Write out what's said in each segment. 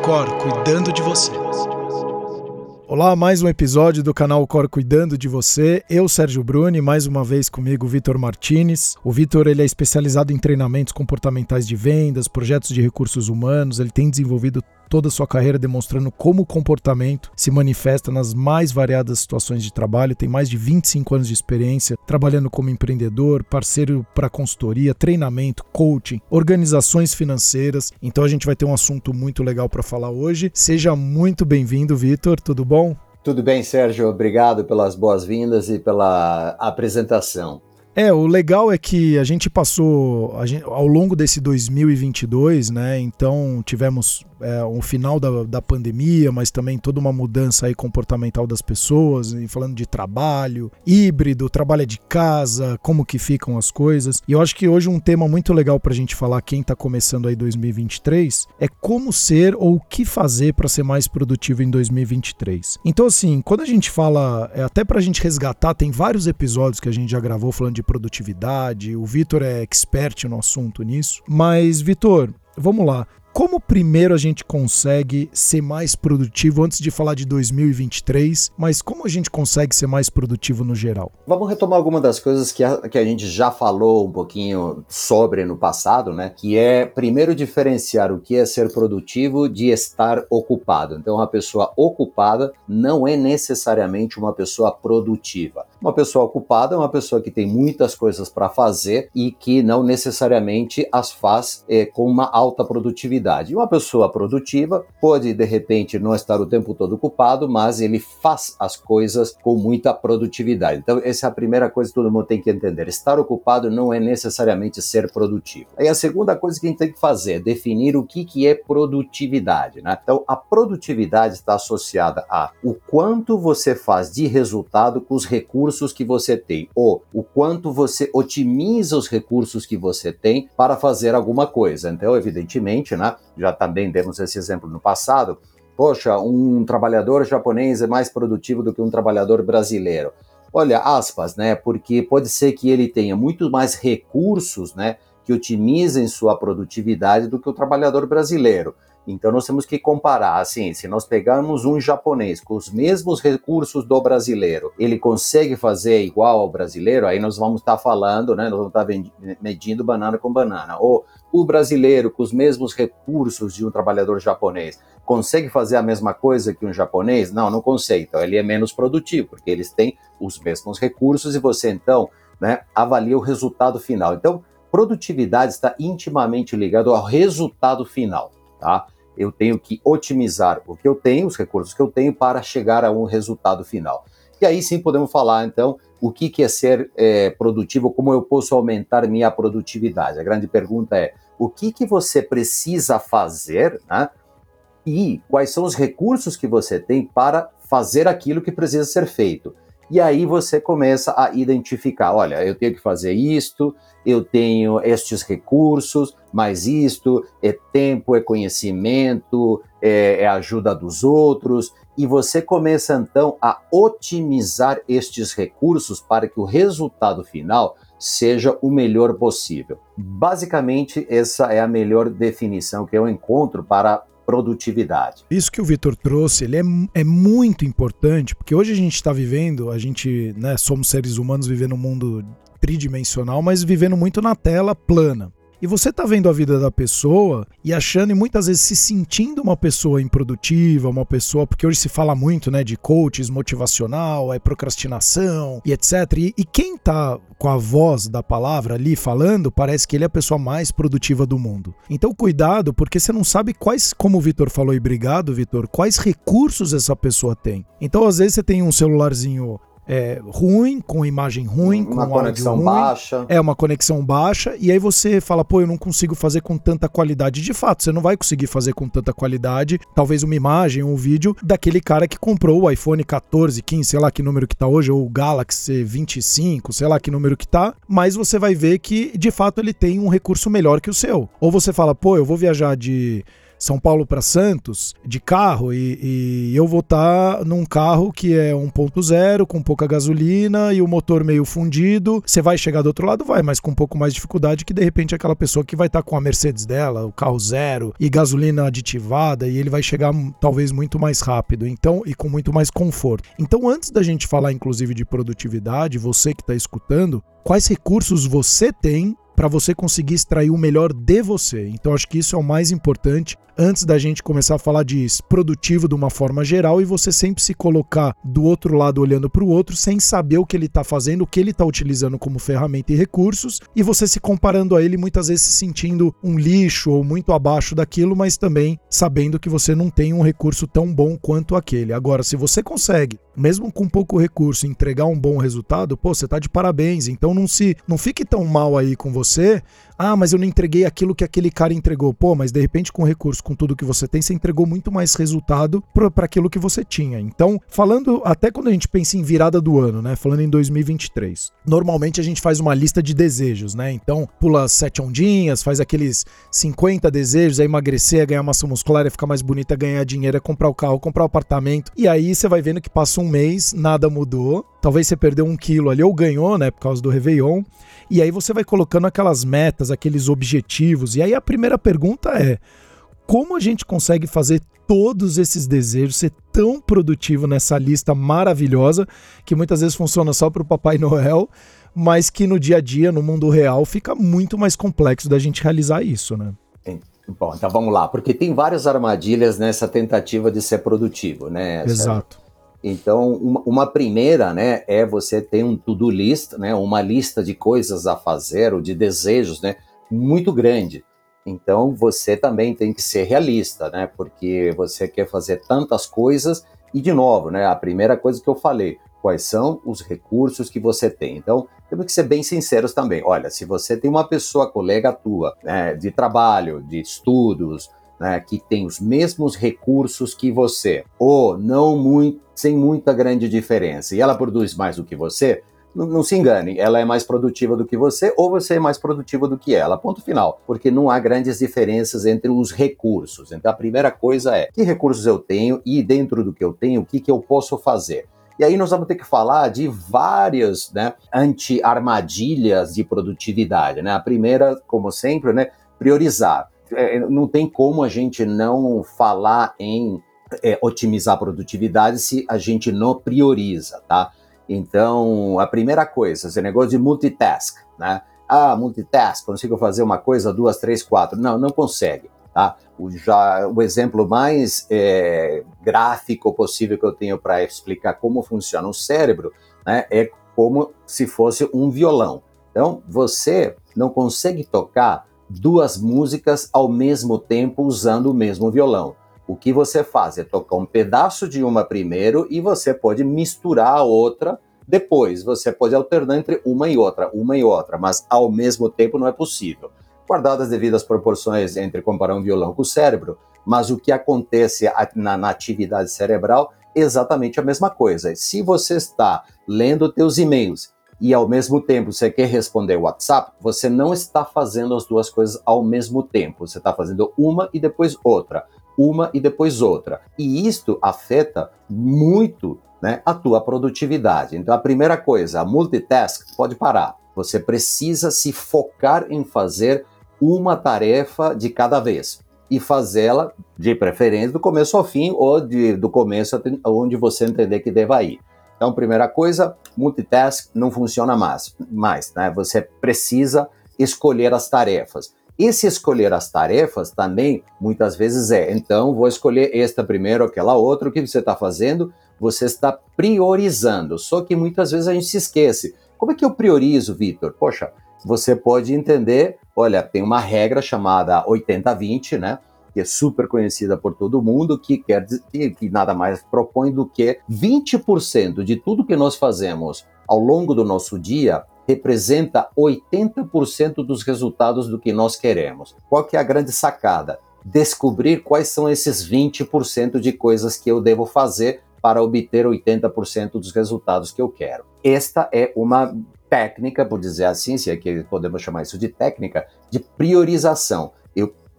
Cor cuidando de você. Olá, mais um episódio do canal Cor Cuidando de Você. Eu, Sérgio Bruni, mais uma vez comigo, Vitor Martinez. O Vitor, ele é especializado em treinamentos comportamentais de vendas, projetos de recursos humanos. Ele tem desenvolvido toda a sua carreira demonstrando como o comportamento se manifesta nas mais variadas situações de trabalho. Tem mais de 25 anos de experiência trabalhando como empreendedor, parceiro para consultoria, treinamento, coaching, organizações financeiras. Então a gente vai ter um assunto muito legal para falar hoje. Seja muito bem-vindo, Vitor. Tudo bom? Tudo bem, Sérgio. Obrigado pelas boas-vindas e pela apresentação. O legal é que a gente passou ao longo desse 2022, né? Então tivemos o final da pandemia, mas também toda uma mudança aí comportamental das pessoas, e falando de trabalho, híbrido, trabalho de casa, como que ficam as coisas. E eu acho que hoje um tema muito legal pra gente falar, quem tá começando aí 2023, é como ser ou o que fazer para ser mais produtivo em 2023. Então assim, quando a gente fala, até pra gente resgatar, tem vários episódios que a gente já gravou falando de produtividade, o Vitor é expert no assunto nisso, mas Vitor, vamos lá. Como primeiro a gente consegue ser mais produtivo antes de falar de 2023, mas como a gente consegue ser mais produtivo no geral? Vamos retomar algumas das coisas que a gente já falou um pouquinho sobre no passado, né? Que é, primeiro, diferenciar o que é ser produtivo de estar ocupado. Então, uma pessoa ocupada não é necessariamente uma pessoa produtiva. Uma pessoa ocupada é uma pessoa que tem muitas coisas para fazer e que não necessariamente as faz com uma alta produtividade. E uma pessoa produtiva pode, de repente, não estar o tempo todo ocupado, mas ele faz as coisas com muita produtividade. Então, essa é a primeira coisa que todo mundo tem que entender. Estar ocupado não é necessariamente ser produtivo. Aí a segunda coisa que a gente tem que fazer é definir o que é produtividade, né? Então, a produtividade está associada a o quanto você faz de resultado com os recursos que você tem, ou o quanto você otimiza os recursos que você tem para fazer alguma coisa. Então, evidentemente, né? Já também demos esse exemplo no passado. Poxa, um trabalhador japonês é mais produtivo do que um trabalhador brasileiro. Olha, aspas, né? Porque pode ser que ele tenha muito mais recursos, né? Que otimizem sua produtividade do que o trabalhador brasileiro. Então nós temos que comparar, assim, se nós pegarmos um japonês com os mesmos recursos do brasileiro, ele consegue fazer igual ao brasileiro, aí nós vamos estar falando, né, nós vamos estar medindo banana com banana. Ou o brasileiro com os mesmos recursos de um trabalhador japonês, consegue fazer a mesma coisa que um japonês? Não, não consegue, então ele é menos produtivo, porque eles têm os mesmos recursos e você então, né, avalia o resultado final. Então, produtividade está intimamente ligado ao resultado final. Tá? Eu tenho que otimizar o que eu tenho, os recursos que eu tenho, para chegar a um resultado final. E aí sim podemos falar, então, o que é ser produtivo, como eu posso aumentar minha produtividade. A grande pergunta é, o que você precisa fazer, né? E quais são os recursos que você tem para fazer aquilo que precisa ser feito. E aí você começa a identificar, olha, eu tenho que fazer isto, eu tenho estes recursos, mas isto é tempo, é conhecimento, é ajuda dos outros, e você começa então a otimizar estes recursos para que o resultado final seja o melhor possível. Basicamente, essa é a melhor definição que eu encontro para produtividade. Isso que o Vitor trouxe, ele é muito importante, porque hoje a gente está vivendo, né, somos seres humanos vivendo um mundo tridimensional, mas vivendo muito na tela plana. E você tá vendo a vida da pessoa e achando, e muitas vezes se sentindo uma pessoa improdutiva, uma pessoa, porque hoje se fala muito, né, de coaches motivacional, procrastinação e etc. E quem tá com a voz da palavra ali falando, parece que ele é a pessoa mais produtiva do mundo. Então cuidado, porque você não sabe quais, como o Vitor falou, e obrigado, Vitor, quais recursos essa pessoa tem. Então às vezes você tem um celularzinho ruim, com imagem ruim, uma com conexão áudio baixa. ruim, uma conexão baixa, e aí você fala, pô, eu não consigo fazer com tanta qualidade. De fato, você não vai conseguir fazer com tanta qualidade, talvez uma imagem, um vídeo, daquele cara que comprou o iPhone 14, 15, sei lá que número que tá hoje, ou o Galaxy 25, sei lá que número que tá, mas você vai ver que, de fato, ele tem um recurso melhor que o seu. Ou você fala, pô, eu vou viajar de São Paulo para Santos de carro e eu vou estar num carro que é 1.0 com pouca gasolina e o motor meio fundido. Você vai chegar do outro lado? Vai, mas com um pouco mais de dificuldade que de repente aquela pessoa que vai estar com a Mercedes dela, o carro zero e gasolina aditivada, e ele vai chegar talvez muito mais rápido, então, e com muito mais conforto. Então, antes da gente falar inclusive de produtividade, você que está escutando, quais recursos você tem para você conseguir extrair o melhor de você. Então, acho que isso é o mais importante antes da gente começar a falar de produtivo de uma forma geral e você sempre se colocar do outro lado olhando para o outro sem saber o que ele está fazendo, o que ele está utilizando como ferramenta e recursos, e você se comparando a ele muitas vezes se sentindo um lixo ou muito abaixo daquilo, mas também sabendo que você não tem um recurso tão bom quanto aquele. Agora, se você consegue, mesmo com pouco recurso, entregar um bom resultado, pô, você tá de parabéns. Então não fique tão mal aí com você. Ah, mas eu não entreguei aquilo que aquele cara entregou. Pô, mas de repente com recurso, com tudo que você tem, você entregou muito mais resultado para aquilo que você tinha. Então, falando, até quando a gente pensa em virada do ano, né? Falando em 2023, normalmente a gente faz uma lista de desejos, né? Então, pula 7 ondinhas, faz aqueles 50 desejos, é emagrecer, é ganhar massa muscular, é ficar mais bonita, é ganhar dinheiro, é comprar o carro, comprar o apartamento. E aí você vai vendo que passa um mês, nada mudou. Talvez você perdeu 1 quilo ali, ou ganhou, né, por causa do Réveillon. E aí você vai colocando aquelas metas, aqueles objetivos. E aí a primeira pergunta é: como a gente consegue fazer todos esses desejos, ser tão produtivo nessa lista maravilhosa, que muitas vezes funciona só para o Papai Noel, mas que no dia a dia, no mundo real, fica muito mais complexo da gente realizar isso, né? Bom, então vamos lá, porque tem várias armadilhas nessa tentativa de ser produtivo, né? Exato. Então, uma primeira, né, é você ter um to-do list, né, uma lista de coisas a fazer ou de desejos, né, muito grande. Então, você também tem que ser realista, né, porque você quer fazer tantas coisas e, de novo, né, a primeira coisa que eu falei, quais são os recursos que você tem. Então, temos que ser bem sinceros também. Olha, se você tem uma pessoa, colega tua, né, de trabalho, de estudos, né, que tem os mesmos recursos que você, ou não muito, sem muita grande diferença, e ela produz mais do que você, não se engane, ela é mais produtiva do que você, ou você é mais produtivo do que ela, ponto final, porque não há grandes diferenças entre os recursos. Então a primeira coisa é, que recursos eu tenho, e dentro do que eu tenho, o que eu posso fazer? E aí nós vamos ter que falar de várias, né, anti-armadilhas de produtividade, né? A primeira, como sempre, né, priorizar. Não tem como a gente não falar em otimizar a produtividade se a gente não prioriza, tá? Então, a primeira coisa, esse negócio de multitask, né? Ah, multitask, consigo fazer uma coisa, 2, 3, 4. Não consegue, tá? O exemplo mais gráfico possível que eu tenho para explicar como funciona o cérebro, né, é como se fosse um violão. Então, você não consegue tocar 2 músicas ao mesmo tempo usando o mesmo violão. O que você faz é tocar um pedaço de uma primeiro e você pode misturar a outra depois. Você pode alternar entre uma e outra, mas ao mesmo tempo não é possível. Guardadas as devidas proporções entre comparar um violão com o cérebro, mas o que acontece na atividade cerebral é exatamente a mesma coisa. Se você está lendo teus e-mails e ao mesmo tempo você quer responder o WhatsApp, você não está fazendo as 2 coisas ao mesmo tempo. Você está fazendo uma e depois outra. E isto afeta muito, né, a tua produtividade. Então, a primeira coisa, a multitask, pode parar. Você precisa se focar em fazer uma tarefa de cada vez. E fazê-la, de preferência, do começo ao fim ou do começo onde você entender que deva ir. Então, primeira coisa, multitask não funciona mais, né? Você precisa escolher as tarefas. E se escolher as tarefas também, muitas vezes então vou escolher esta primeiro, aquela outra. O que você está fazendo? Você está priorizando. Só que muitas vezes a gente se esquece. Como é que eu priorizo, Vitor? Poxa, você pode entender, olha, tem uma regra chamada 80-20, né? Que é super conhecida por todo mundo, que quer dizer que nada mais propõe do que 20% de tudo que nós fazemos ao longo do nosso dia representa 80% dos resultados do que nós queremos. Qual que é a grande sacada? Descobrir quais são esses 20% de coisas que eu devo fazer para obter 80% dos resultados que eu quero. Esta é uma técnica, por dizer assim, se é que podemos chamar isso de técnica, de priorização. Eu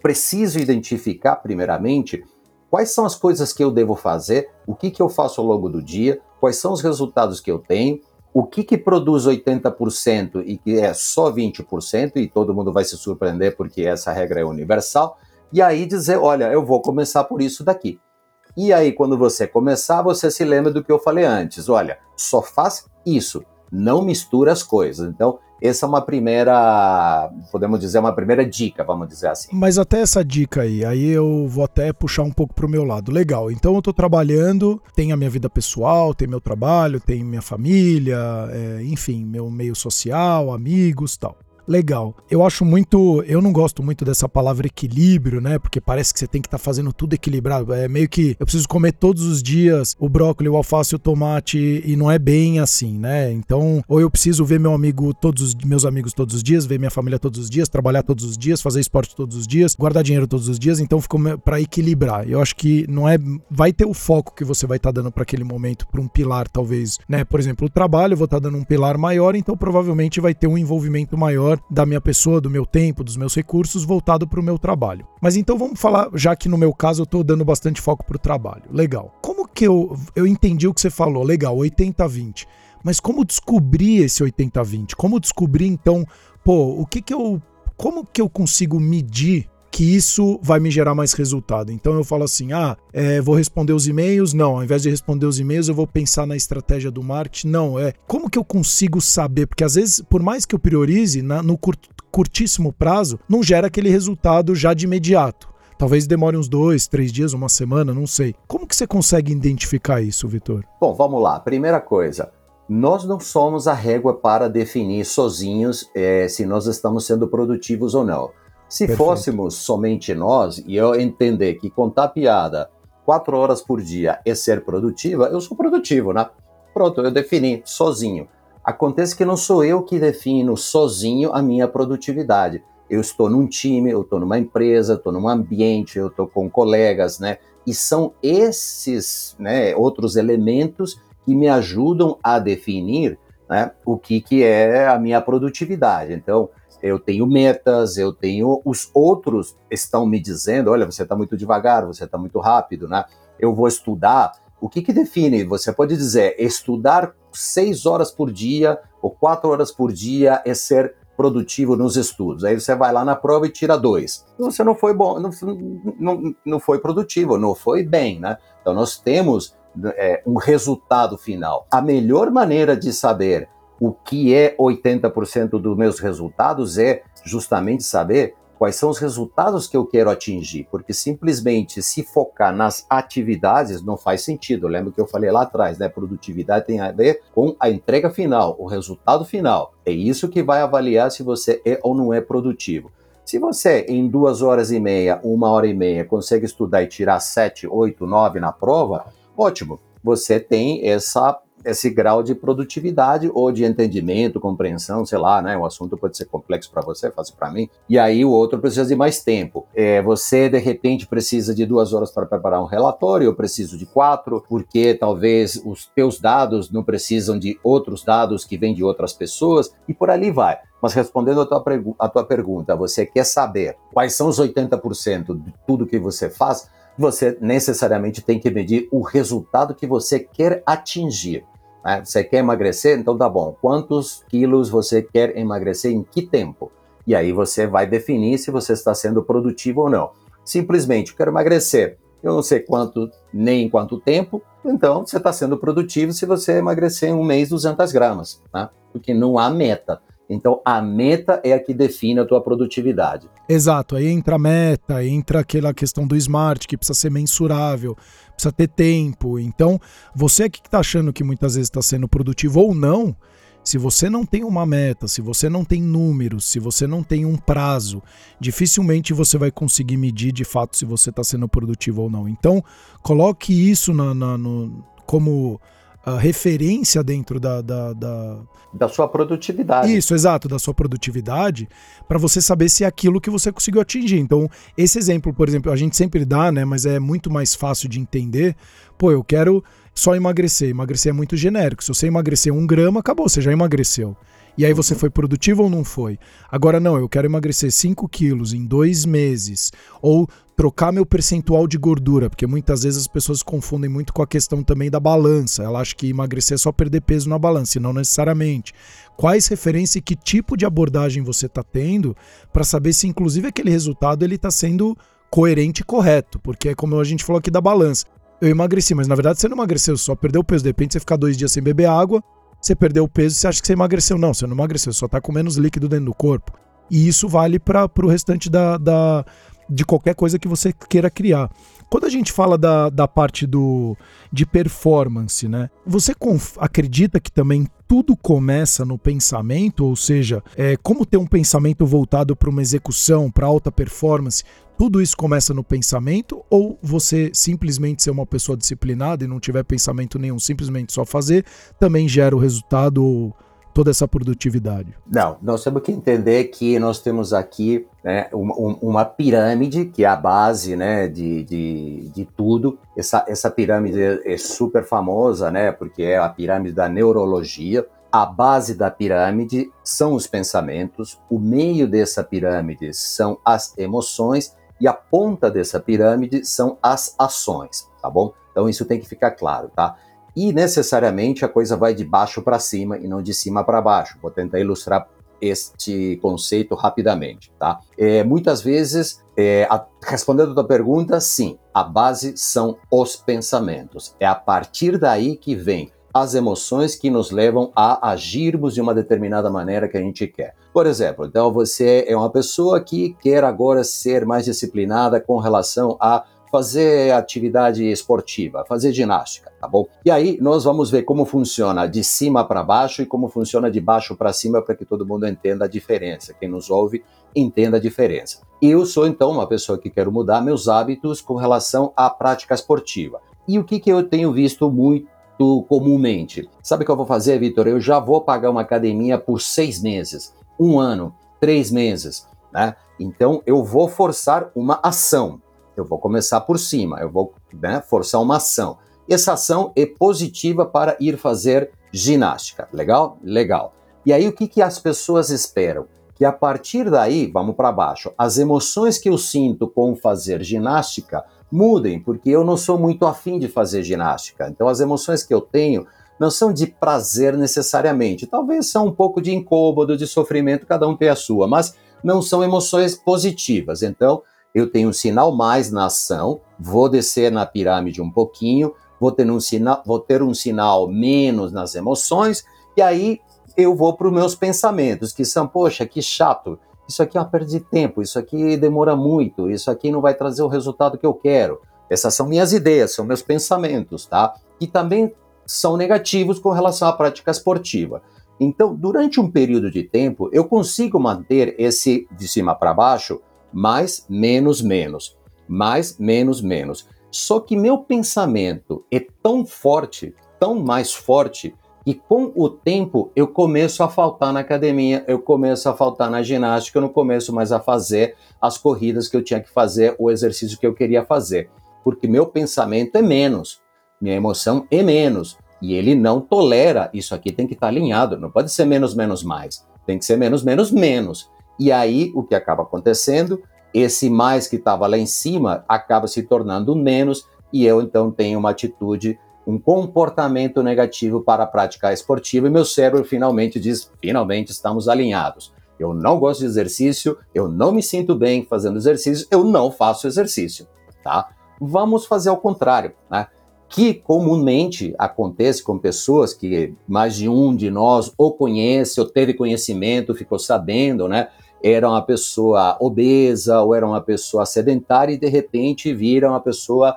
preciso identificar, primeiramente, quais são as coisas que eu devo fazer, o que eu faço ao longo do dia, quais são os resultados que eu tenho, o que produz 80% e que é só 20%, e todo mundo vai se surpreender porque essa regra é universal, e aí dizer, olha, eu vou começar por isso daqui. E aí, quando você começar, você se lembra do que eu falei antes, olha, só faz isso, não mistura as coisas. Então, essa é uma primeira, podemos dizer, uma primeira dica, vamos dizer assim. Mas até essa dica aí eu vou até puxar um pouco pro meu lado. Legal, então eu tô trabalhando, tenho a minha vida pessoal, tenho meu trabalho, tenho minha família, enfim, meu meio social, amigos, tal. Legal. Eu não gosto muito dessa palavra equilíbrio, né? Porque parece que você tem que estar fazendo tudo equilibrado. É meio que eu preciso comer todos os dias o brócolis, o alface e o tomate, e não é bem assim, né? Então, ou eu preciso ver meus amigos todos os dias, ver minha família todos os dias, trabalhar todos os dias, fazer esporte todos os dias, guardar dinheiro todos os dias, então ficou para equilibrar. Eu acho que não é, vai ter o foco que você vai estar dando para aquele momento, para um pilar talvez, né? Por exemplo, o trabalho, eu vou estar dando um pilar maior, então provavelmente vai ter um envolvimento maior da minha pessoa, do meu tempo, dos meus recursos voltado para o meu trabalho. Mas então vamos falar, já que no meu caso eu estou dando bastante foco para o trabalho. Legal. Como que eu entendi o que você falou? Legal, 80-20. Mas como descobrir esse 80-20? Como descobrir então, como que eu consigo medir que isso vai me gerar mais resultado? Então eu falo assim, vou responder os e-mails? Não, ao invés de responder os e-mails eu vou pensar na estratégia do marketing? Não, como que eu consigo saber? Porque às vezes, por mais que eu priorize, no curtíssimo prazo, não gera aquele resultado já de imediato. Talvez demore uns 2, 3 dias, uma semana, não sei. Como que você consegue identificar isso, Vitor? Bom, vamos lá. Primeira coisa, nós não somos a régua para definir sozinhos se nós estamos sendo produtivos ou não. Se Perfeito. Fôssemos somente nós, e eu entender que contar piada 4 horas por dia é ser produtiva, eu sou produtivo, né? Pronto, eu defini sozinho. Acontece que não sou eu que defino sozinho a minha produtividade. Eu estou num time, eu estou numa empresa, eu estou num ambiente, eu estou com colegas, né? E são esses, né, outros elementos que me ajudam a definir, né, o que é a minha produtividade. Então, eu tenho metas, os outros estão me dizendo, olha, você está muito devagar, você está muito rápido, né? Eu vou estudar. O que define? Você pode dizer, estudar 6 horas por dia ou 4 horas por dia é ser produtivo nos estudos. Aí você vai lá na prova e tira 2. Você não foi bom, não foi produtivo, não foi bem, né? Então nós temos um resultado final. A melhor maneira de saber o que é 80% dos meus resultados é justamente saber quais são os resultados que eu quero atingir, porque simplesmente se focar nas atividades não faz sentido. Lembra que eu falei lá atrás, né? Produtividade tem a ver com a entrega final, o resultado final. É isso que vai avaliar se você é ou não é produtivo. Se você, em 2 horas e meia, 1 hora e meia, consegue estudar e tirar 7, 8, 9 na prova, ótimo. Você tem esse grau de produtividade ou de entendimento, compreensão, sei lá, né? O assunto pode ser complexo para você, fácil para mim, e aí o outro precisa de mais tempo. Você, de repente, precisa de 2 horas para preparar um relatório, eu preciso de 4, porque talvez os teus dados não precisam de outros dados que vêm de outras pessoas, e por ali vai. Mas respondendo a tua pergunta, você quer saber quais são os 80% de tudo que você faz, você necessariamente tem que medir o resultado que você quer atingir. Né? Você quer emagrecer? Então tá bom. Quantos quilos você quer emagrecer em que tempo? E aí você vai definir se você está sendo produtivo ou não. Simplesmente, quero emagrecer. Eu não sei quanto, nem em quanto tempo, então você está sendo produtivo se você emagrecer em um mês 200 gramas, né? Porque não há meta. Então, a meta é a que define a tua produtividade. Exato, aí entra a meta, entra aquela questão do SMART, que precisa ser mensurável, precisa ter tempo. Então, você que está achando que muitas vezes está sendo produtivo ou não, se você não tem uma meta, se você não tem números, se você não tem um prazo, dificilmente você vai conseguir medir de fato se você está sendo produtivo ou não. Então, coloque isso como referência dentro da sua produtividade. Isso, exato, da sua produtividade, para você saber se é aquilo que você conseguiu atingir. Então, esse exemplo, por exemplo, a gente sempre dá, né, mas é muito mais fácil de entender. Eu quero só emagrecer. Emagrecer é muito genérico. Se você emagrecer 1 grama, acabou, você já emagreceu. E aí você foi produtivo ou não foi? Agora não, eu quero emagrecer 5 quilos em 2 meses, ou trocar meu percentual de gordura, porque muitas vezes as pessoas confundem muito com a questão também da balança. Ela acha que emagrecer é só perder peso na balança, e não necessariamente. Quais referências e que tipo de abordagem você está tendo para saber se inclusive aquele resultado ele está sendo coerente e correto, porque é como a gente falou aqui da balança. Eu emagreci, mas na verdade você não emagreceu, só perdeu peso. De repente você ficar 2 dias sem beber água, você perdeu o peso e você acha que você emagreceu. Não, você não emagreceu, só está com menos líquido dentro do corpo. E isso vale para o restante de qualquer coisa que você queira criar. Quando a gente fala da parte de performance, né? Você acredita que também tudo começa no pensamento? Ou seja, como ter um pensamento voltado para uma execução, para alta performance, tudo isso começa no pensamento? Ou você simplesmente ser uma pessoa disciplinada e não tiver pensamento nenhum, simplesmente só fazer, também gera o resultado ou toda essa produtividade? Não, nós temos que entender que nós temos aqui, né, uma pirâmide que é a base, né, de tudo. Essa pirâmide é super famosa, né, porque é a pirâmide da neurologia. A base da pirâmide são os pensamentos, o meio dessa pirâmide são as emoções e a ponta dessa pirâmide são as ações, tá bom? Então isso tem que ficar claro, tá? E necessariamente a coisa vai de baixo para cima e não de cima para baixo. Vou tentar ilustrar este conceito rapidamente, tá? Muitas vezes, respondendo a tua pergunta, sim, a base são os pensamentos. É a partir daí que vem as emoções que nos levam a agirmos de uma determinada maneira que a gente quer. Por exemplo, então você é uma pessoa que quer agora ser mais disciplinada com relação a fazer atividade esportiva, fazer ginástica, tá bom? E aí nós vamos ver como funciona de cima para baixo e como funciona de baixo para cima para que todo mundo entenda a diferença. Quem nos ouve entenda a diferença. Eu sou então uma pessoa que quero mudar meus hábitos com relação à prática esportiva. E o que eu tenho visto muito comumente? Sabe o que eu vou fazer, Vitor? Eu já vou pagar uma academia por 6 meses, 1 ano, 3 meses, né? Então eu vou forçar uma ação. Eu vou começar por cima, eu vou, né, forçar uma ação. Essa ação é positiva para ir fazer ginástica. Legal? Legal. E aí o que as pessoas esperam? Que a partir daí, vamos para baixo, as emoções que eu sinto com fazer ginástica mudem, porque eu não sou muito afim de fazer ginástica. Então as emoções que eu tenho não são de prazer necessariamente. Talvez são um pouco de incômodo, de sofrimento, cada um tem a sua, mas não são emoções positivas. Então eu tenho um sinal mais na ação, vou descer na pirâmide um pouquinho, vou ter um sinal menos nas emoções, e aí eu vou para os meus pensamentos, que são, poxa, que chato, isso aqui é uma perda de tempo, isso aqui demora muito, isso aqui não vai trazer o resultado que eu quero. Essas são minhas ideias, são meus pensamentos, tá? E também são negativos com relação à prática esportiva. Então, durante um período de tempo, eu consigo manter esse de cima para baixo, mais, menos, menos. Mais, menos, menos. Só que meu pensamento é tão forte, tão mais forte, que com o tempo eu começo a faltar na academia, eu começo a faltar na ginástica, eu não começo mais a fazer as corridas que eu tinha que fazer, o exercício que eu queria fazer. Porque meu pensamento é menos, minha emoção é menos. E ele não tolera, isso aqui tem que estar alinhado, não pode ser menos, menos, mais. Tem que ser menos, menos, menos. E aí, o que acaba acontecendo, esse mais que estava lá em cima acaba se tornando menos e eu, então, tenho uma atitude, um comportamento negativo para a prática esportiva e meu cérebro finalmente diz, finalmente estamos alinhados. Eu não gosto de exercício, eu não me sinto bem fazendo exercício, eu não faço exercício, tá? Vamos fazer ao contrário, né? Que comumente acontece com pessoas que mais de um de nós ou conhece, ou teve conhecimento, ficou sabendo, né? Era uma pessoa obesa ou era uma pessoa sedentária e de repente vira uma pessoa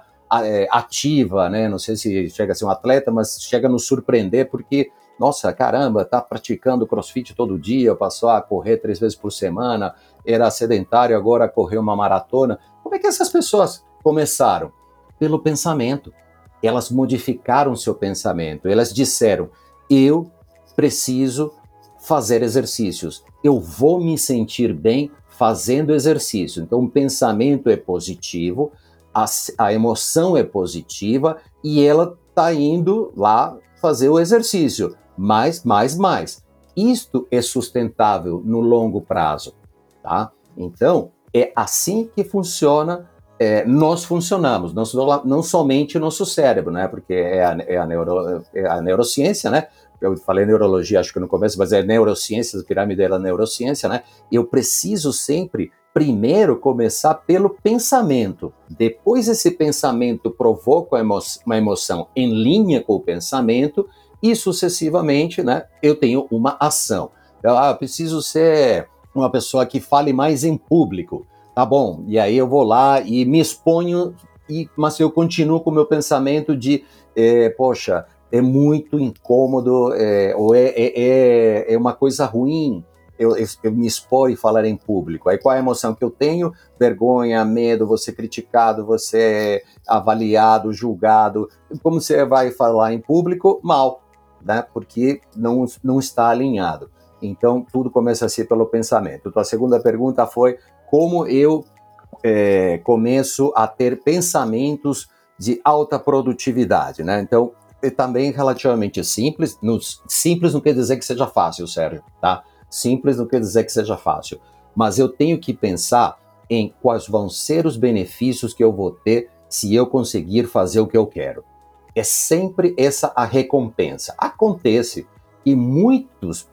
ativa, né? Não sei se chega a ser um atleta, mas chega a nos surpreender porque, nossa, caramba, tá praticando crossfit todo dia, passou a correr 3 vezes por semana, era sedentário, agora correu uma maratona. Como é que essas pessoas começaram? Pelo pensamento. Elas modificaram seu pensamento, elas disseram, eu preciso fazer exercícios, eu vou me sentir bem fazendo exercício. Então o pensamento é positivo, a emoção é positiva e ela está indo lá fazer o exercício, mais. isto é sustentável no longo prazo, tá? Então, é assim que funciona, nós funcionamos, não somente o nosso cérebro, né? Porque é a neurociência, né? Eu falei neurologia, acho que no começo, mas é neurociência, a pirâmide da neurociência, né? Eu preciso sempre, primeiro, começar pelo pensamento. Depois esse pensamento provoca uma emoção em linha com o pensamento e, sucessivamente, né, eu tenho uma ação. Eu preciso ser uma pessoa que fale mais em público. Tá bom, e aí eu vou lá e me exponho, mas eu continuo com o meu pensamento de, poxa, é muito incômodo, ou é uma coisa ruim eu me expor e falar em público. Aí qual é a emoção que eu tenho? Vergonha, medo, vou ser criticado, vou ser avaliado, julgado. Como você vai falar em público? Mal, né? Porque não está alinhado. Então, tudo começa a ser pelo pensamento. Então, a segunda pergunta foi como eu começo a ter pensamentos de alta produtividade, né? Então, é também relativamente simples. Simples não quer dizer que seja fácil, Sérgio, tá? Simples não quer dizer que seja fácil. Mas eu tenho que pensar em quais vão ser os benefícios que eu vou ter se eu conseguir fazer o que eu quero. É sempre essa a recompensa. Acontece que muitos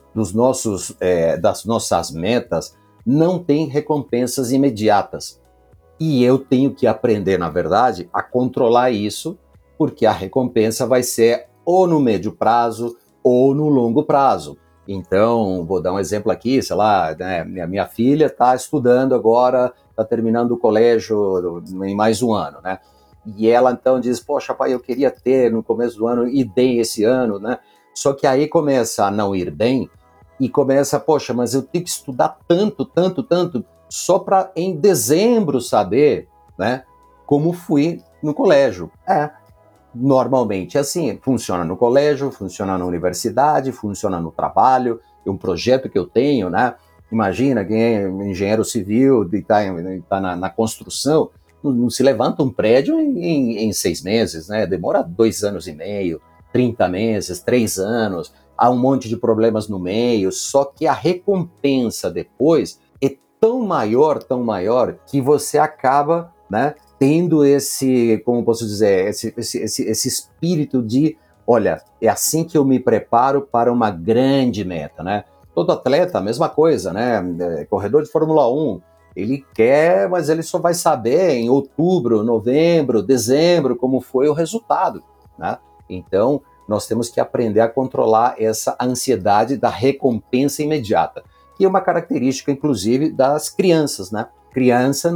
das nossas metas não têm recompensas imediatas. E eu tenho que aprender, na verdade, a controlar isso, porque a recompensa vai ser ou no médio prazo ou no longo prazo. Então, vou dar um exemplo aqui, sei lá, né, minha filha está estudando agora, está terminando o colégio em mais um ano, né? E ela então diz, poxa, pai, eu queria ter no começo do ano, ir bem esse ano, né? Só que aí começa a não ir bem, e começa, poxa, mas eu tenho que estudar tanto, só para em dezembro saber, né, como fui no colégio. Normalmente assim, funciona no colégio, funciona na universidade, funciona no trabalho, é um projeto que eu tenho, né? Imagina quem é engenheiro civil e está na construção, não se levanta um prédio em 6 meses, né? Demora 2 anos e meio, 30 meses, 3 anos, há um monte de problemas no meio, só que a recompensa depois é tão maior, que você acaba, né, tendo esse, como posso dizer, esse espírito de, olha, é assim que eu me preparo para uma grande meta, né? Todo atleta, a mesma coisa, né? Corredor de Fórmula 1, ele quer, mas ele só vai saber em outubro, novembro, dezembro, como foi o resultado, né? Então, nós temos que aprender a controlar essa ansiedade da recompensa imediata, que é uma característica, inclusive, das crianças, né? Criança,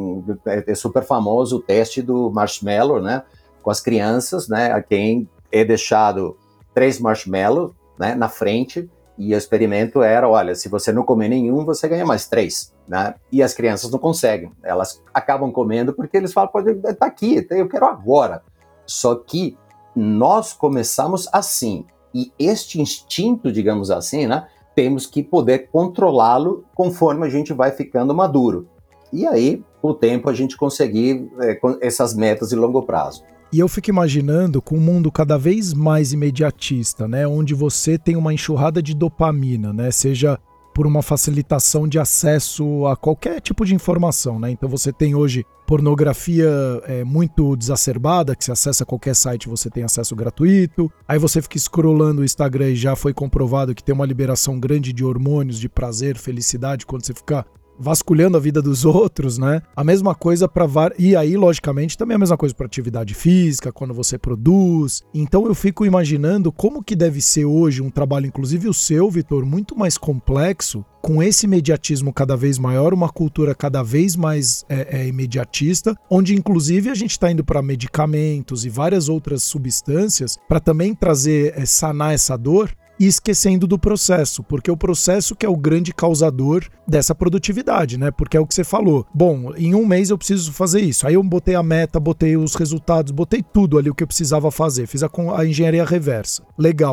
é super famoso o teste do marshmallow, né? Com as crianças, né? A quem é deixado 3 marshmallows, né, na frente, e o experimento era, olha, se você não comer nenhum, você ganha mais 3, né? E as crianças não conseguem, elas acabam comendo porque eles falam, pode tá aqui, eu quero agora. Só que nós começamos assim, e este instinto, digamos assim, né, temos que poder controlá-lo conforme a gente vai ficando maduro. E aí, com o tempo, a gente conseguir essas metas de longo prazo. E eu fico imaginando com um mundo cada vez mais imediatista, né, onde você tem uma enxurrada de dopamina, né, seja por uma facilitação de acesso a qualquer tipo de informação, né? Então você tem hoje pornografia muito exacerbada, que você acessa qualquer site, você tem acesso gratuito. Aí você fica scrollando o Instagram e já foi comprovado que tem uma liberação grande de hormônios, de prazer, felicidade, quando você fica vasculhando a vida dos outros, né? A mesma coisa para e aí, logicamente, também a mesma coisa para atividade física, quando você produz. Então eu fico imaginando como que deve ser hoje um trabalho, inclusive o seu, Vitor, muito mais complexo, com esse imediatismo cada vez maior, uma cultura cada vez mais imediatista, onde inclusive a gente está indo para medicamentos e várias outras substâncias para também trazer, sanar essa dor, e esquecendo do processo, porque o processo que é o grande causador dessa produtividade, né? Porque é o que você falou. Bom, em um mês eu preciso fazer isso. Aí eu botei a meta, botei os resultados, botei tudo ali o que eu precisava fazer. Fiz a engenharia reversa. Legal.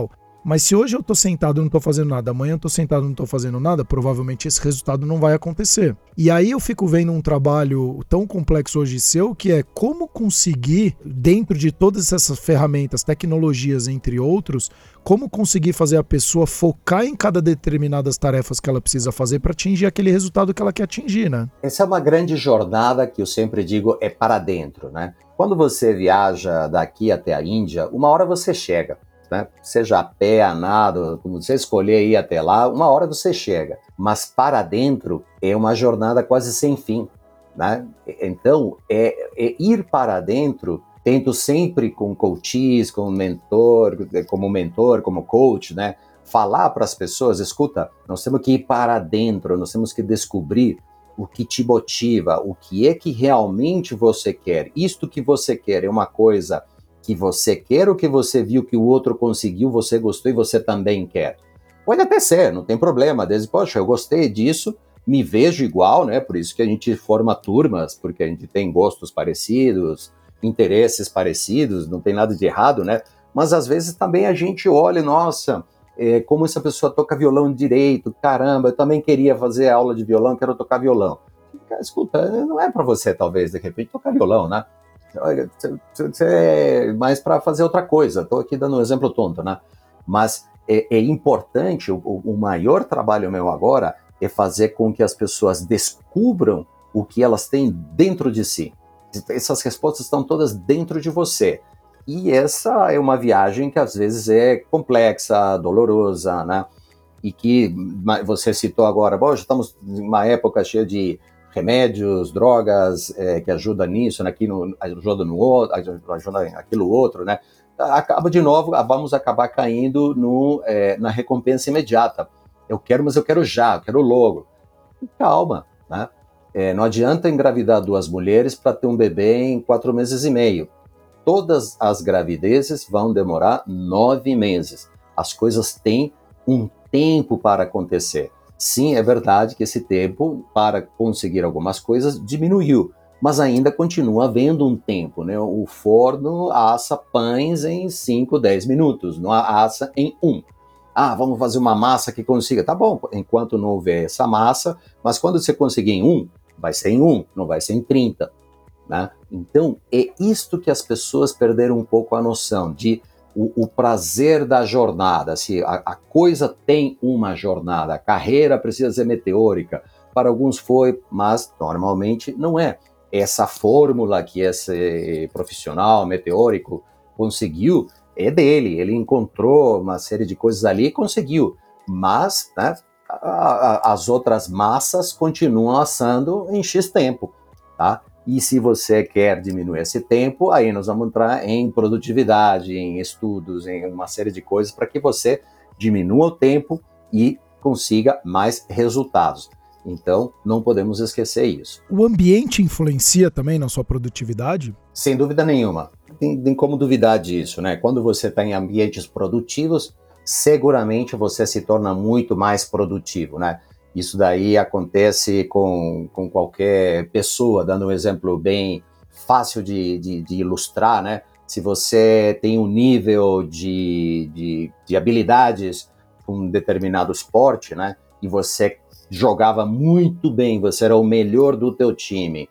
Mas se hoje eu estou sentado e não estou fazendo nada, amanhã eu estou sentado e não estou fazendo nada, provavelmente esse resultado não vai acontecer. E aí eu fico vendo um trabalho tão complexo hoje seu, que é como conseguir, dentro de todas essas ferramentas, tecnologias, entre outros, como conseguir fazer a pessoa focar em cada determinadas tarefas que ela precisa fazer para atingir aquele resultado que ela quer atingir, né? Essa é uma grande jornada que eu sempre digo, é para dentro, né? Quando você viaja daqui até a Índia, uma hora você chega. Né? Seja a pé, a nado, como você escolher ir até lá, uma hora você chega. Mas para dentro é uma jornada quase sem fim. Né? Então, ir para dentro, tento sempre com coaches, como mentor, como coach, né? Falar para as pessoas, escuta, nós temos que ir para dentro, nós temos que descobrir o que te motiva, o que é que realmente você quer. Isto que você quer é uma coisa que você quer ou que você viu que o outro conseguiu, você gostou e você também quer. Pode até ser, não tem problema, desde, poxa, eu gostei disso, me vejo igual, né? Por isso que a gente forma turmas, porque a gente tem gostos parecidos, interesses parecidos, não tem nada de errado, né? Mas às vezes também a gente olha, nossa, como essa pessoa toca violão direito, caramba, eu também queria fazer aula de violão, quero tocar violão. Escuta, não é para você, talvez, de repente, tocar violão, né? Você é mais para fazer outra coisa. Estou aqui dando um exemplo tonto, né? Mas é importante, o maior trabalho meu agora é fazer com que as pessoas descubram o que elas têm dentro de si. Essas respostas estão todas dentro de você. E essa é uma viagem que às vezes é complexa, dolorosa, né? E que você citou agora, bom, já estamos numa época cheia de remédios, drogas, que ajudam nisso, naquilo, ajuda no outro, ajuda naquilo outro, né? Acaba de novo, vamos acabar caindo na recompensa imediata. Eu quero, mas eu quero já, eu quero logo. Calma, né? Não adianta engravidar 2 mulheres para ter um bebê em 4 meses e meio. Todas as gravidezes vão demorar 9 meses. As coisas têm um tempo para acontecer. Sim, é verdade que esse tempo para conseguir algumas coisas diminuiu, mas ainda continua havendo um tempo, né? O forno assa pães em 5, 10 minutos, não assa em 1. Vamos fazer uma massa que consiga. Tá bom, enquanto não houver essa massa, mas quando você conseguir em 1, vai ser em 1, não vai ser em 30. Né? Então, é isto que as pessoas perderam um pouco a noção de o prazer da jornada. Se a coisa tem uma jornada, a carreira precisa ser meteórica. Para alguns foi, mas normalmente não é. Essa fórmula que esse profissional meteórico conseguiu é dele. Ele encontrou uma série de coisas ali e conseguiu. Mas, né, as outras massas continuam assando em X tempo, tá? E se você quer diminuir esse tempo, aí nós vamos entrar em produtividade, em estudos, em uma série de coisas para que você diminua o tempo e consiga mais resultados. Então, não podemos esquecer isso. O ambiente influencia também na sua produtividade? Sem dúvida nenhuma. Tem como duvidar disso, né? Quando você está em ambientes produtivos, seguramente você se torna muito mais produtivo, né? Isso daí acontece com qualquer pessoa, dando um exemplo bem fácil de ilustrar, né? Se você tem um nível de habilidades com um determinado esporte, né? E você jogava muito bem, você era o melhor do teu time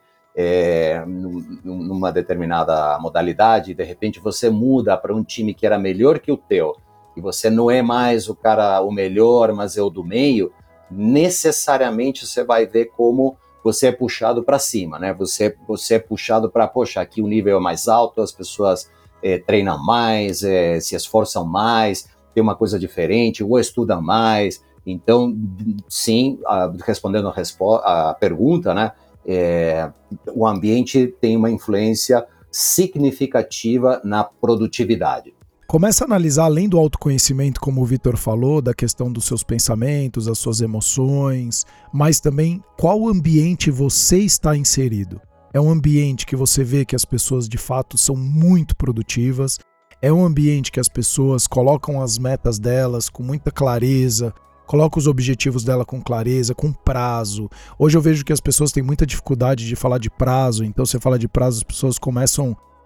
numa determinada modalidade, e de repente você muda para um time que era melhor que o teu, e você não é mais o melhor, mas é o do meio, necessariamente você vai ver como você é puxado para cima, né? Você é puxado para, poxa, aqui o nível é mais alto, as pessoas treinam mais, se esforçam mais, tem uma coisa diferente, ou estudam mais. Então, sim, respondendo a pergunta, né? O ambiente tem uma influência significativa na produtividade. Começa a analisar, além do autoconhecimento, como o Vitor falou, da questão dos seus pensamentos, as suas emoções, mas também qual ambiente você está inserido. É um ambiente que você vê que as pessoas de fato são muito produtivas, é um ambiente que as pessoas colocam as metas delas com muita clareza, colocam os objetivos dela com clareza, com prazo. Hoje eu vejo que as pessoas têm muita dificuldade de falar de prazo, então você fala de prazo, as pessoas começam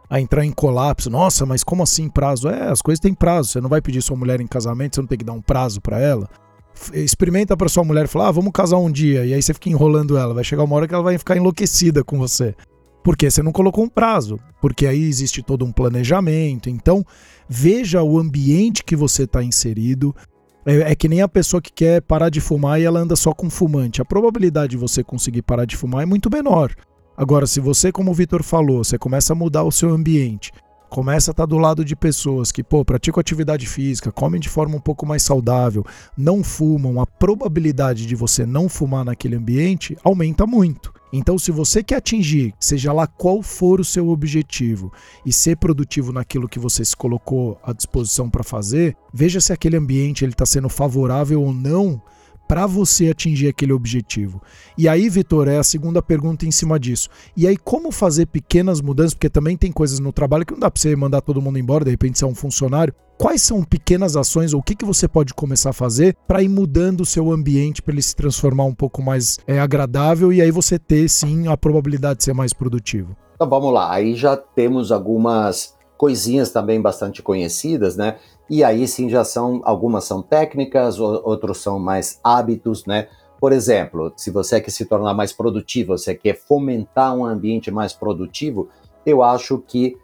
a entrar em colapso. Nossa, mas como assim prazo? As coisas têm prazo. Você não vai pedir sua mulher em casamento, você não tem que dar um prazo para ela. Experimenta para sua mulher e fala, vamos casar um dia. E aí você fica enrolando ela. Vai chegar uma hora que ela vai ficar enlouquecida com você. Porque você não colocou um prazo. Porque aí existe todo um planejamento. Então, veja o ambiente que você está inserido. É que nem a pessoa que quer parar de fumar e ela anda só com fumante. A probabilidade de você conseguir parar de fumar é muito menor. Agora, se você, como o Vitor falou, você começa a mudar o seu ambiente, começa a estar do lado de pessoas que, praticam atividade física, comem de forma um pouco mais saudável, não fumam, a probabilidade de você não fumar naquele ambiente aumenta muito. Então, se você quer atingir, seja lá qual for o seu objetivo, e ser produtivo naquilo que você se colocou à disposição para fazer, veja se aquele ambiente está sendo favorável ou não para você atingir aquele objetivo. E aí, Vitor, é a segunda pergunta em cima disso. E aí, como fazer pequenas mudanças? Porque também tem coisas no trabalho que não dá para você mandar todo mundo embora, de repente você é um funcionário. Quais são pequenas ações ou o que você pode começar a fazer para ir mudando o seu ambiente para ele se transformar um pouco mais agradável e aí você ter, sim, a probabilidade de ser mais produtivo? Então vamos lá, aí já temos algumas coisinhas também bastante conhecidas, né? E aí sim algumas são técnicas, outros são mais hábitos, né? Por exemplo, se você quer se tornar mais produtivo, você quer fomentar um ambiente mais produtivo, eu acho que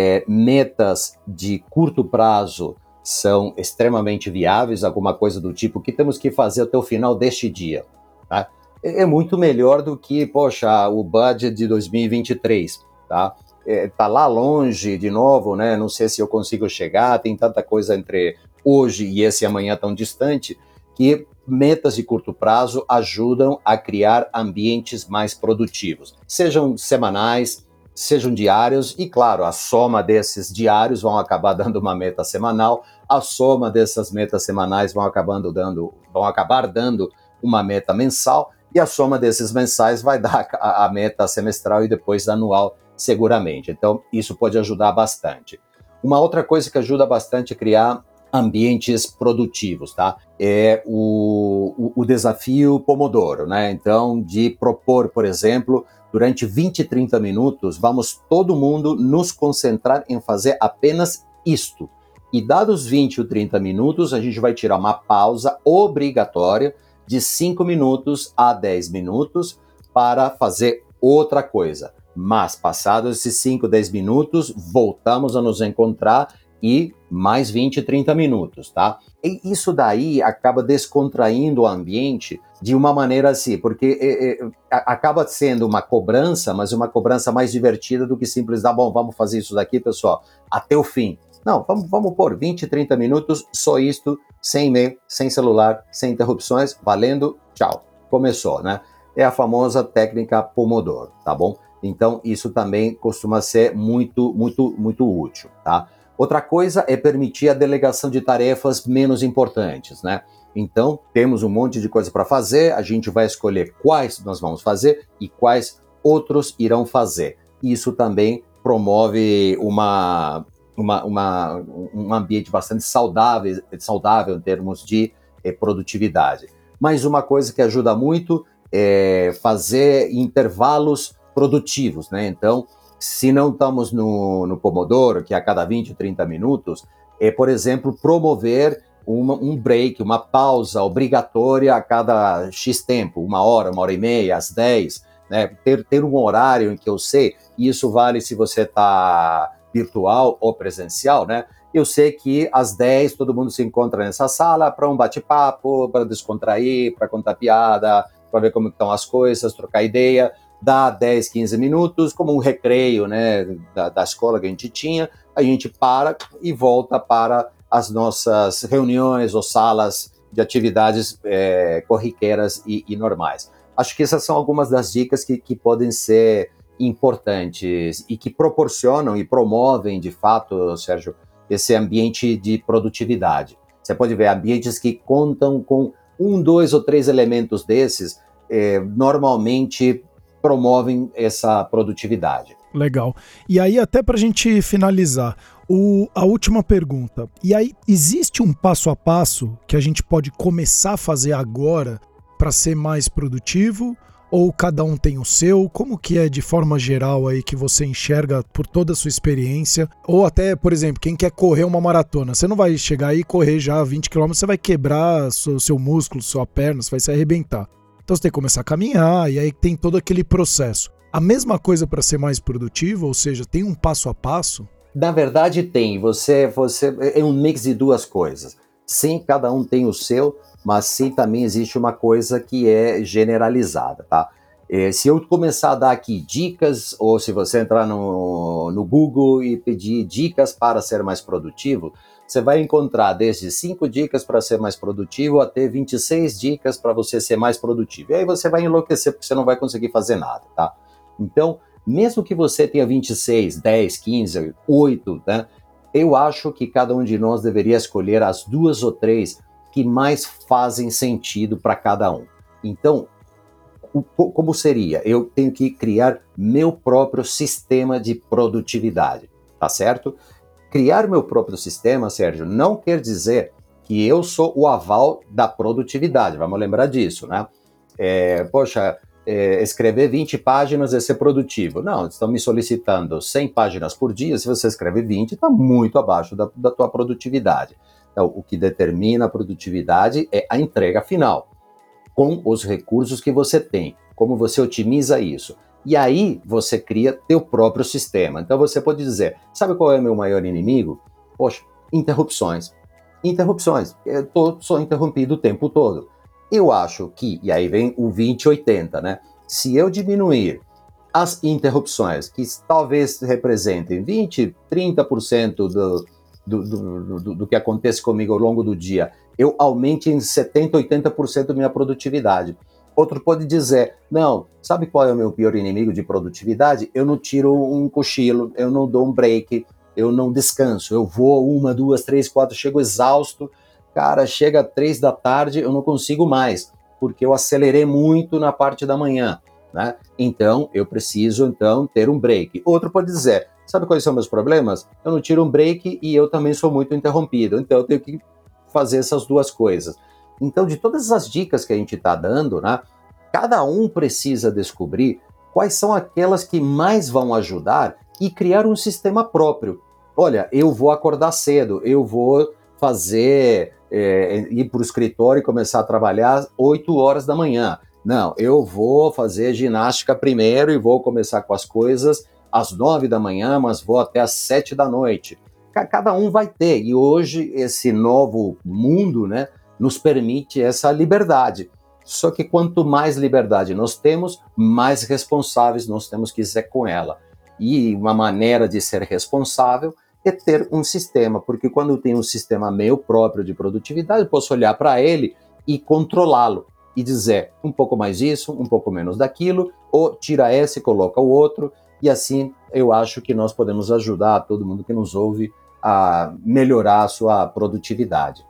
metas de curto prazo são extremamente viáveis, alguma coisa do tipo, que temos que fazer até o final deste dia, tá? É muito melhor do que, o budget de 2023, tá? Tá lá longe de novo, né? Não sei se eu consigo chegar, tem tanta coisa entre hoje e esse amanhã tão distante, que metas de curto prazo ajudam a criar ambientes mais produtivos. Sejam semanais, sejam diários, e claro, a soma desses diários vão acabar dando uma meta semanal, a soma dessas metas semanais vão acabar dando uma meta mensal, e a soma desses mensais vai dar a meta semestral e depois anual, seguramente. Então, isso pode ajudar bastante. Uma outra coisa que ajuda bastante a criar ambientes produtivos, tá? É o desafio Pomodoro, né? Então, de propor, por exemplo, durante 20, 30 minutos, vamos todo mundo nos concentrar em fazer apenas isto. E dados 20 ou 30 minutos, a gente vai tirar uma pausa obrigatória de 5 minutos a 10 minutos para fazer outra coisa. Mas, passados esses 5, 10 minutos, voltamos a nos encontrar e mais 20, 30 minutos, tá? E isso daí acaba descontraindo o ambiente de uma maneira assim, porque acaba sendo uma cobrança, mas uma cobrança mais divertida do que simples, vamos fazer isso daqui, pessoal, até o fim. Não, vamos pôr 20, 30 minutos, só isto, sem e-mail, sem celular, sem interrupções, valendo, tchau. Começou, né? É a famosa técnica Pomodoro, tá bom? Então, isso também costuma ser muito, muito, muito útil, tá? Outra coisa é permitir a delegação de tarefas menos importantes, né? Então, temos um monte de coisa para fazer, a gente vai escolher quais nós vamos fazer e quais outros irão fazer. Isso também promove um ambiente bastante saudável em termos de produtividade. Mas uma coisa que ajuda muito é fazer intervalos produtivos, né? Então, se não estamos no Pomodoro, que é a cada 20, 30 minutos, por exemplo, promover um break, uma pausa obrigatória a cada X tempo, 1 hora e meia, às 10, né? Ter um horário em que eu sei, e isso vale se você está virtual ou presencial, né? Eu sei que às 10 todo mundo se encontra nessa sala para um bate-papo, para descontrair, para contar piada, para ver como estão as coisas, trocar ideia. Dá 10, 15 minutos, como um recreio, né, da escola que a gente tinha, a gente para e volta para as nossas reuniões ou salas de atividades corriqueiras e normais. Acho que essas são algumas das dicas que podem ser importantes e que proporcionam e promovem, de fato, Sérgio, esse ambiente de produtividade. Você pode ver ambientes que contam com 1, 2 ou 3 elementos desses, normalmente promovem essa produtividade. Legal. E aí, até para a gente finalizar, a última pergunta. E aí, existe um passo a passo que a gente pode começar a fazer agora para ser mais produtivo? Ou cada um tem o seu? Como que é de forma geral aí que você enxerga por toda a sua experiência? Ou até, por exemplo, quem quer correr uma maratona, você não vai chegar aí e correr já 20 km, você vai quebrar seu músculo, sua perna, você vai se arrebentar. Então você tem que começar a caminhar e aí tem todo aquele processo. A mesma coisa para ser mais produtivo, ou seja, tem um passo a passo? Na verdade tem, você é um mix de duas coisas. Sim, cada um tem o seu, mas sim também existe uma coisa que é generalizada, tá? Se eu começar a dar aqui dicas, ou se você entrar no Google e pedir dicas para ser mais produtivo, você vai encontrar desde 5 dicas para ser mais produtivo até 26 dicas para você ser mais produtivo. E aí você vai enlouquecer porque você não vai conseguir fazer nada, tá? Então, mesmo que você tenha 26, 10, 15, 8, né? Eu acho que cada um de nós deveria escolher as 2 ou 3 que mais fazem sentido para cada um. Então, como seria? Eu tenho que criar meu próprio sistema de produtividade, tá certo? Criar meu próprio sistema, Sérgio, não quer dizer que eu sou o aval da produtividade, vamos lembrar disso, né? Escrever 20 páginas é ser produtivo. Não, estão me solicitando 100 páginas por dia, se você escreve 20, está muito abaixo da tua produtividade. Então, o que determina a produtividade é a entrega final, com os recursos que você tem, como você otimiza isso. E aí você cria teu próprio sistema. Então você pode dizer, sabe qual é o meu maior inimigo? Poxa, interrupções. Interrupções. Sou interrompido o tempo todo. Eu acho que, e aí vem o 20-80, né? Se eu diminuir as interrupções, que talvez representem 20, 30% do que acontece comigo ao longo do dia, eu aumente em 70, 80% minha produtividade. Outro pode dizer, não, sabe qual é o meu pior inimigo de produtividade? Eu não tiro um cochilo, eu não dou um break, eu não descanso, eu vou 1, 2, 3, 4, chego exausto, cara, chega 3 da tarde, eu não consigo mais, porque eu acelerei muito na parte da manhã, né? Então, eu preciso, ter um break. Outro pode dizer, sabe quais são meus problemas? Eu não tiro um break e eu também sou muito interrompido, então eu tenho que fazer essas duas coisas. Então, de todas as dicas que a gente está dando, né, cada um precisa descobrir quais são aquelas que mais vão ajudar e criar um sistema próprio. Olha, eu vou acordar cedo, eu vou ir para o escritório e começar a trabalhar às 8 horas da manhã. Não, eu vou fazer ginástica primeiro e vou começar com as coisas às 9 da manhã, mas vou até às 7 da noite. Cada um vai ter, e hoje esse novo mundo, né, nos permite essa liberdade. Só que quanto mais liberdade nós temos, mais responsáveis nós temos que ser com ela. E uma maneira de ser responsável é ter um sistema, porque quando eu tenho um sistema meu próprio de produtividade, eu posso olhar para ele e controlá-lo, e dizer um pouco mais isso, um pouco menos daquilo, ou tira esse e coloca o outro, e assim eu acho que nós podemos ajudar todo mundo que nos ouve a melhorar a sua produtividade.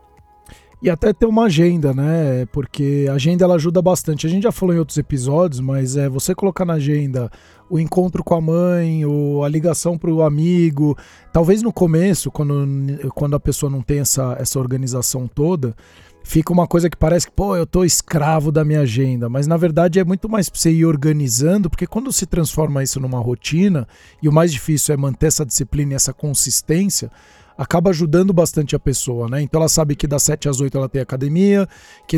E até ter uma agenda, né? Porque a agenda ela ajuda bastante. A gente já falou em outros episódios, mas você colocar na agenda o encontro com a mãe, ou a ligação para o amigo. Talvez no começo, quando a pessoa não tem essa organização toda, fica uma coisa que parece que, eu tô escravo da minha agenda. Mas na verdade é muito mais para você ir organizando, porque quando se transforma isso numa rotina, e o mais difícil é manter essa disciplina e essa consistência, acaba ajudando bastante a pessoa, né? Então ela sabe que das 7 às 8 ela tem academia, que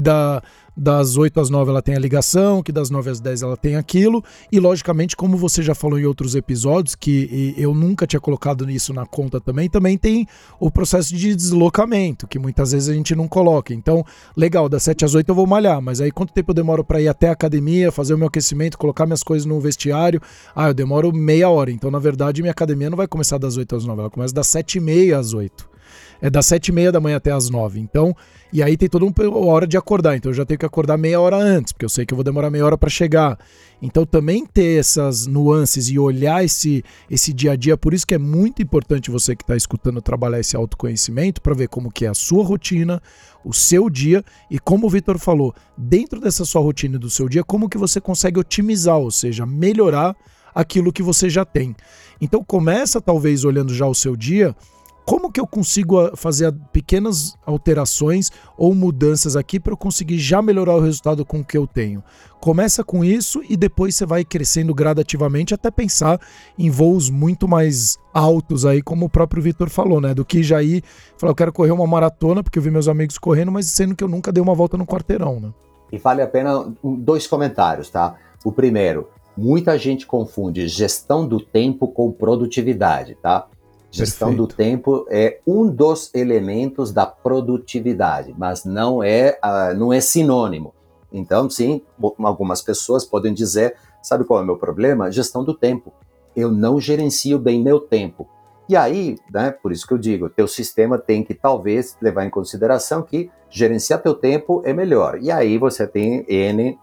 das 8 às 9 ela tem a ligação, que das 9 às 10 ela tem aquilo, e logicamente, como você já falou em outros episódios, que eu nunca tinha colocado isso na conta também tem o processo de deslocamento, que muitas vezes a gente não coloca. Então, legal, das 7 às 8 eu vou malhar, mas aí quanto tempo eu demoro para ir até a academia, fazer o meu aquecimento, colocar minhas coisas no vestiário? Eu demoro meia hora, então na verdade minha academia não vai começar das 8 às 9, ela começa das 7h30 às 8. É das 7h30 da manhã até as 9. Então, e aí tem toda uma hora de acordar. Então eu já tenho que acordar meia hora antes, porque eu sei que eu vou demorar meia hora para chegar. Então também ter essas nuances e olhar esse dia a dia. Por isso que é muito importante você que está escutando trabalhar esse autoconhecimento para ver como que é a sua rotina, o seu dia e como o Vitor falou, dentro dessa sua rotina e do seu dia, como que você consegue otimizar, ou seja, melhorar aquilo que você já tem. Então começa talvez olhando já o seu dia como que eu consigo fazer pequenas alterações ou mudanças aqui para eu conseguir já melhorar o resultado com o que eu tenho? Começa com isso e depois você vai crescendo gradativamente até pensar em voos muito mais altos aí, como o próprio Vitor falou, né? Do que já ir falar, eu quero correr uma maratona porque eu vi meus amigos correndo, mas sendo que eu nunca dei uma volta no quarteirão, né? E vale a pena 2 comentários, tá? O primeiro, muita gente confunde gestão do tempo com produtividade, tá? Gestão Perfeito. do tempo é um dos elementos da produtividade, mas não é sinônimo. Então, sim, algumas pessoas podem dizer, sabe qual é o meu problema? Gestão do tempo. Eu não gerencio bem meu tempo. E aí, né, por isso que eu digo, teu sistema tem que talvez levar em consideração que gerenciar teu tempo é melhor. E aí você tem N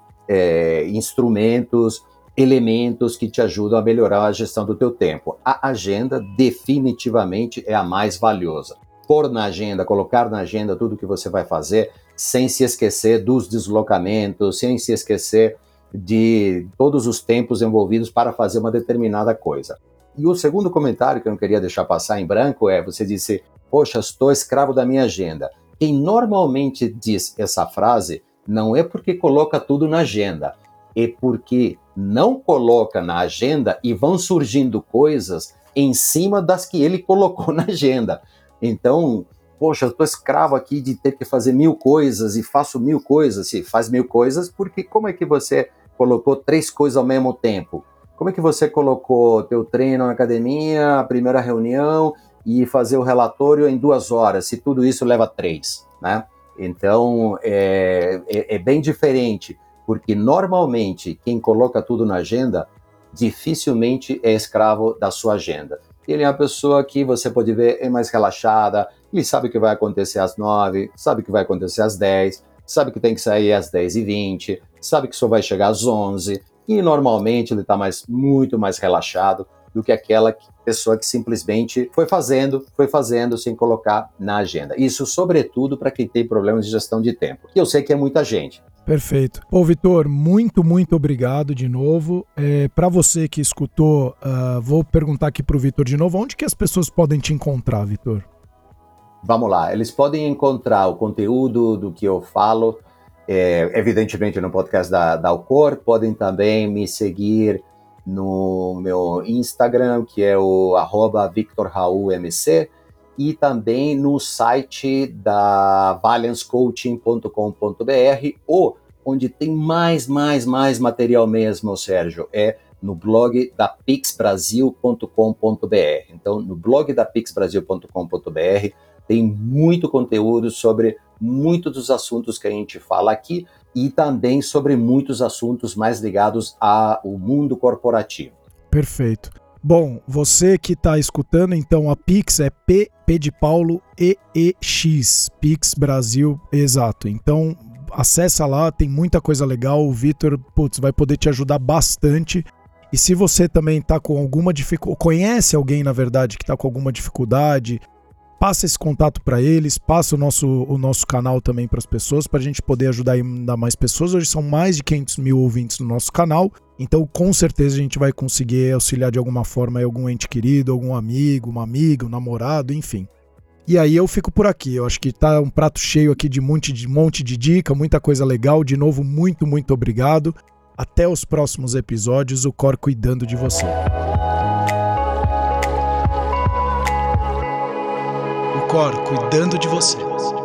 instrumentos, elementos que te ajudam a melhorar a gestão do teu tempo. A agenda definitivamente é a mais valiosa. Pôr na agenda, colocar na agenda tudo que você vai fazer, sem se esquecer dos deslocamentos, sem se esquecer de todos os tempos envolvidos para fazer uma determinada coisa. E o segundo comentário que eu não queria deixar passar em branco é, você disse, poxa, estou escravo da minha agenda. Quem normalmente diz essa frase não é porque coloca tudo na agenda, é porque não coloca na agenda e vão surgindo coisas em cima das que ele colocou na agenda. Então, poxa, eu estou escravo aqui de ter que fazer 1000 coisas e faço 1000 coisas. Se faz 1000 coisas, porque como é que você colocou 3 coisas ao mesmo tempo? Como é que você colocou teu treino na academia, a primeira reunião e fazer o relatório em 2 horas, se tudo isso leva 3, né? Então, é bem diferente, porque normalmente quem coloca tudo na agenda dificilmente é escravo da sua agenda. Ele é uma pessoa que você pode ver é mais relaxada, ele sabe o que vai acontecer às 9, sabe o que vai acontecer às 10, sabe que tem que sair às 10h20, sabe que só vai chegar às 11, e normalmente ele está muito mais relaxado do que aquela pessoa que simplesmente foi fazendo sem colocar na agenda. Isso, sobretudo, para quem tem problemas de gestão de tempo, que eu sei que é muita gente. Perfeito. Pô, Vitor, muito obrigado de novo. Para você que escutou, vou perguntar aqui para o Vitor de novo, onde que as pessoas podem te encontrar, Vitor? Vamos lá, eles podem encontrar o conteúdo do que eu falo, evidentemente no podcast da Alcor, podem também me seguir no meu Instagram, que é o @VictorRaulMC, e também no site da valiancecoaching.com.br, ou onde tem mais material mesmo, Sérgio, é no blog da pixbrasil.com.br. Então, no blog da pixbrasil.com.br tem muito conteúdo sobre muitos dos assuntos que a gente fala aqui e também sobre muitos assuntos mais ligados ao mundo corporativo. Perfeito. Bom, você que está escutando, então a Pix é P de Paulo, EEX, Pix Brasil, exato. Então acessa lá, tem muita coisa legal, o Vitor, vai poder te ajudar bastante. E se você também está com alguma dificuldade, conhece alguém, na verdade, que está com alguma dificuldade, passa esse contato para eles, passa o nosso canal também para as pessoas, para a gente poder ajudar ainda mais pessoas. Hoje são mais de 500 mil ouvintes no nosso canal, então com certeza a gente vai conseguir auxiliar de alguma forma algum ente querido, algum amigo, uma amiga, um namorado, enfim. E aí eu fico por aqui, eu acho que tá um prato cheio aqui de um monte de dica, muita coisa legal. De novo, muito obrigado. Até os próximos episódios, o Cor cuidando de você. O Cor cuidando de você.